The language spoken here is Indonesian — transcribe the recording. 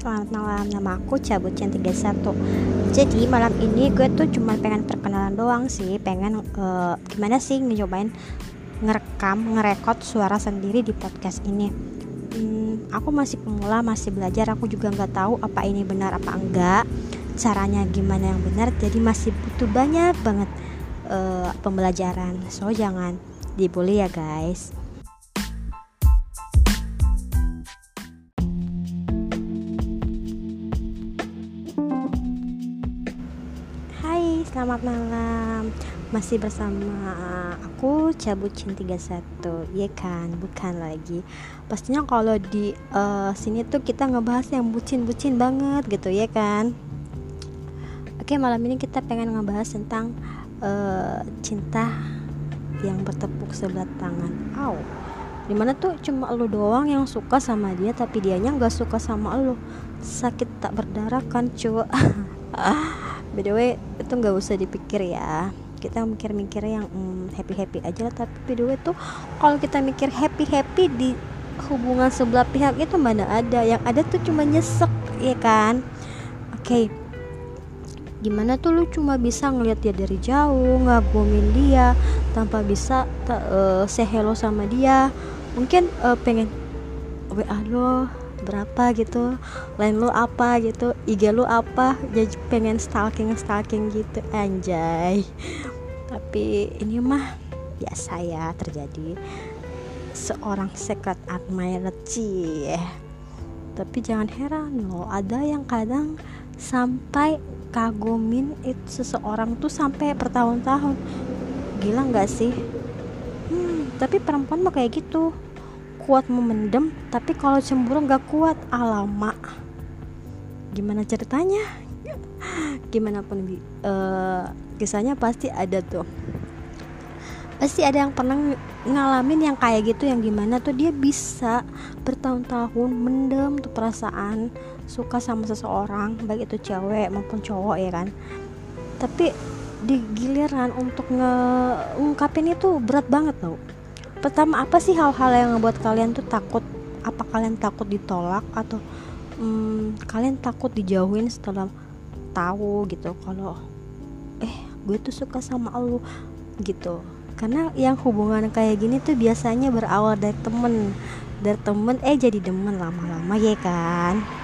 selamat malam. Nama aku Cabucian 31. Jadi malam ini gue tuh cuma pengen perkenalan doang sih. Pengen gimana sih nyobain ngerekod suara sendiri di podcast ini. Aku masih pemula, masih belajar. Aku juga nggak tahu apa ini benar apa enggak, caranya gimana yang benar. Jadi masih butuh banyak banget pembelajaran. So jangan dibully ya guys. Hai, selamat malam. Masih bersama aku Cabucin 31. Iya kan, bukan lagi. Pastinya kalau di sini tuh kita ngebahas yang bucin-bucin banget gitu ya kan. Oke, malam ini kita pengen ngebahas tentang cinta yang bertepuk sebelah tangan. Dimana tuh cuma lu doang yang suka sama dia, tapi dianya nggak suka sama lu. Sakit tak berdarah kan cuy. By the way, itu nggak usah dipikir ya. Kita mikir-mikir yang happy-happy aja lah. Tapi by the way tuh, kalau kita mikir happy-happy di hubungan sebelah pihak itu mana ada. Yang ada tuh cuma nyesek, ya kan? Oke. Gimana tuh lu cuma bisa ngeliat dia dari jauh, ngagumin dia tanpa bisa say hello sama dia. Mungkin pengen WA lo berapa gitu, line lu apa gitu, IG lu apa, jadi pengen stalking gitu anjay. Tapi ini mah biasa ya terjadi, seorang secret admirer cie. Tapi jangan heran loh, ada yang kadang sampai kagumin itu seseorang tuh sampai bertahun-tahun. Gila nggak sih? Tapi perempuan mah kayak gitu, kuat memendam, tapi kalau cemburu nggak kuat. Alamak, gimana ceritanya? Gimana pun kisahnya pasti ada tuh. Pasti ada yang pernah ngalamin yang kayak gitu, yang gimana tuh dia bisa bertahun-tahun mendem tuh perasaan suka sama seseorang, baik itu cewek maupun cowok ya kan. Tapi di giliran untuk ngungkapin itu berat banget tau. Pertama, apa sih hal-hal yang ngebuat kalian tuh takut? Apa kalian takut ditolak atau kalian takut dijauhin setelah tahu gitu kalau gue tuh suka sama lu gitu? Karena yang hubungan kayak gini tuh biasanya berawal dari temen jadi demen lama-lama ya kan.